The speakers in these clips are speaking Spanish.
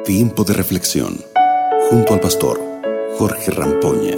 Tiempo de reflexión junto al pastor Jorge Rampoña.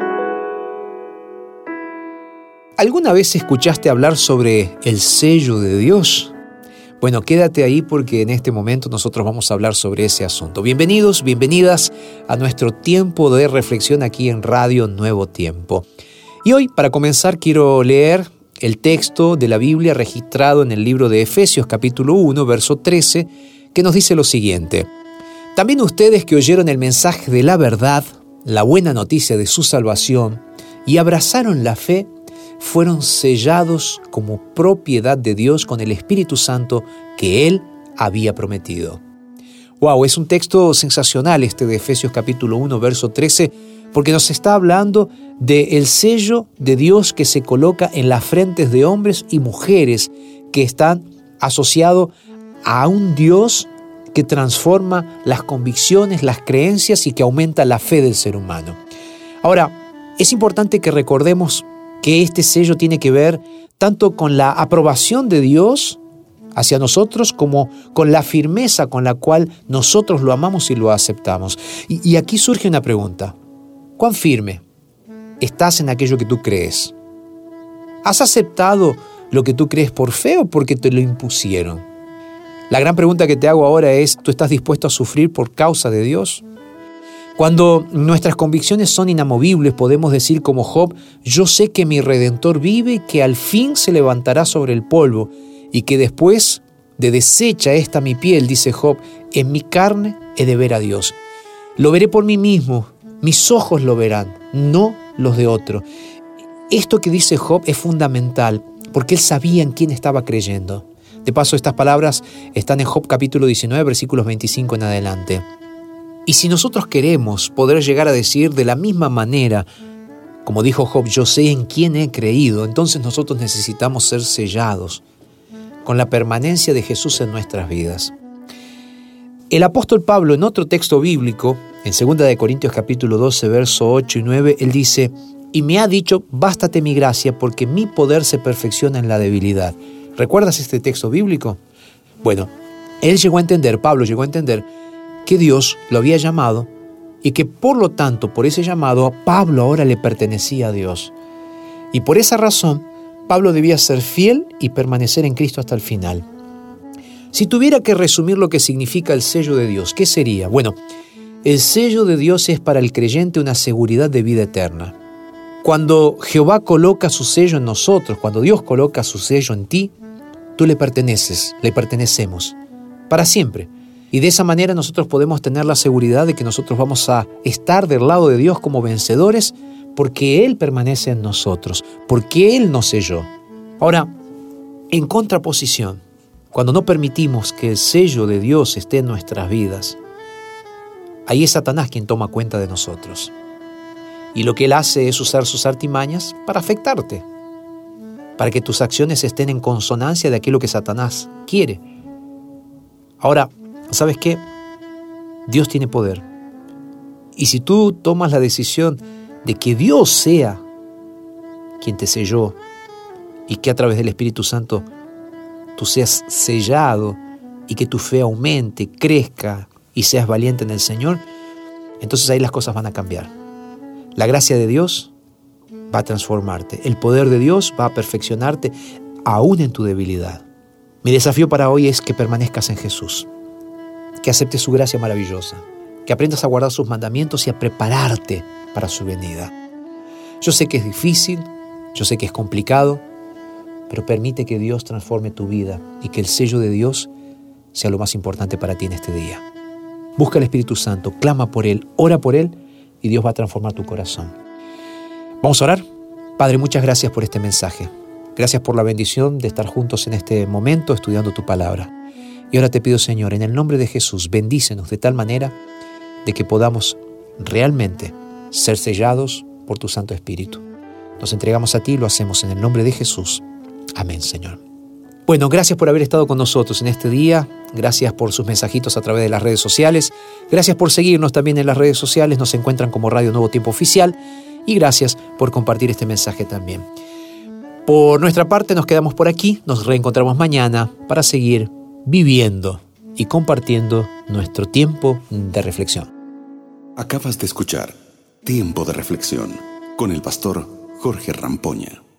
¿Alguna vez escuchaste hablar sobre el sello de Dios? Bueno, quédate ahí porque en este momento nosotros vamos a hablar sobre ese asunto. Bienvenidos, bienvenidas a nuestro tiempo de reflexión aquí en Radio Nuevo Tiempo. Y hoy, para comenzar, quiero leer el texto de la Biblia registrado en el libro de Efesios capítulo 1, verso 13, que nos dice lo siguiente: También ustedes que oyeron el mensaje de la verdad, la buena noticia de su salvación, y abrazaron la fe, fueron sellados como propiedad de Dios con el Espíritu Santo que Él había prometido. Wow, es un texto sensacional este de Efesios capítulo 1, verso 13, porque nos está hablando del sello de Dios que se coloca en las frentes de hombres y mujeres que están asociados a un Dios que transforma las convicciones, las creencias y que aumenta la fe del ser humano. Ahora, es importante que recordemos que este sello tiene que ver tanto con la aprobación de Dios hacia nosotros como con la firmeza con la cual nosotros lo amamos y lo aceptamos. Y aquí surge una pregunta: ¿cuán firme estás en aquello que tú crees? ¿Has aceptado lo que tú crees por fe o porque te lo impusieron? La gran pregunta que te hago ahora es: ¿tú estás dispuesto a sufrir por causa de Dios? Cuando nuestras convicciones son inamovibles, podemos decir como Job: yo sé que mi Redentor vive y que al fin se levantará sobre el polvo, y que después de deshecha esta mi piel, dice Job, en mi carne he de ver a Dios. Lo veré por mí mismo, mis ojos lo verán, no los de otro. Esto que dice Job es fundamental, porque él sabía en quién estaba creyendo. De paso, estas palabras están en Job capítulo 19, versículos 25 en adelante. Y si nosotros queremos poder llegar a decir de la misma manera, como dijo Job, yo sé en quién he creído, entonces nosotros necesitamos ser sellados con la permanencia de Jesús en nuestras vidas. El apóstol Pablo, en otro texto bíblico, en 2 Corintios capítulo 12, verso 8 y 9, él dice: y me ha dicho, bástate mi gracia, porque mi poder se perfecciona en la debilidad. ¿Recuerdas este texto bíblico? Bueno, Pablo llegó a entender que Dios lo había llamado y que por lo tanto, por ese llamado, a Pablo ahora le pertenecía a Dios. Y por esa razón, Pablo debía ser fiel y permanecer en Cristo hasta el final. Si tuviera que resumir lo que significa el sello de Dios, ¿qué sería? Bueno, el sello de Dios es para el creyente una seguridad de vida eterna. Cuando Jehová coloca su sello en nosotros, cuando Dios coloca su sello en ti, tú le perteneces, le pertenecemos para siempre. Y de esa manera nosotros podemos tener la seguridad de que nosotros vamos a estar del lado de Dios como vencedores porque Él permanece en nosotros, porque Él nos selló. Ahora, en contraposición, cuando no permitimos que el sello de Dios esté en nuestras vidas, ahí es Satanás quien toma cuenta de nosotros. Y lo que él hace es usar sus artimañas para afectarte, para que tus acciones estén en consonancia de aquello que Satanás quiere. Ahora, ¿sabes qué? Dios tiene poder. Y si tú tomas la decisión de que Dios sea quien te selló y que a través del Espíritu Santo tú seas sellado y que tu fe aumente, crezca y seas valiente en el Señor, entonces ahí las cosas van a cambiar. La gracia de Dios va a transformarte. El poder de Dios va a perfeccionarte aún en tu debilidad. Mi desafío para hoy es que permanezcas en Jesús, que aceptes su gracia maravillosa, que aprendas a guardar sus mandamientos y a prepararte para su venida. Yo sé que es difícil, yo sé que es complicado, pero permite que Dios transforme tu vida y que el sello de Dios sea lo más importante para ti en este día. Busca al Espíritu Santo, clama por Él, ora por Él y Dios va a transformar tu corazón. Vamos a orar. Padre, muchas gracias por este mensaje. Gracias por la bendición de estar juntos en este momento estudiando tu palabra. Y ahora te pido, Señor, en el nombre de Jesús, bendícenos de tal manera de que podamos realmente ser sellados por tu Santo Espíritu. Nos entregamos a ti y lo hacemos en el nombre de Jesús. Amén, Señor. Bueno, gracias por haber estado con nosotros en este día. Gracias por sus mensajitos a través de las redes sociales. Gracias por seguirnos también en las redes sociales. Nos encuentran como Radio Nuevo Tiempo Oficial. Y gracias por compartir este mensaje también. Por nuestra parte nos quedamos por aquí. Nos reencontramos mañana para seguir viviendo y compartiendo nuestro tiempo de reflexión. Acabas de escuchar Tiempo de Reflexión con el pastor Jorge Rampoña.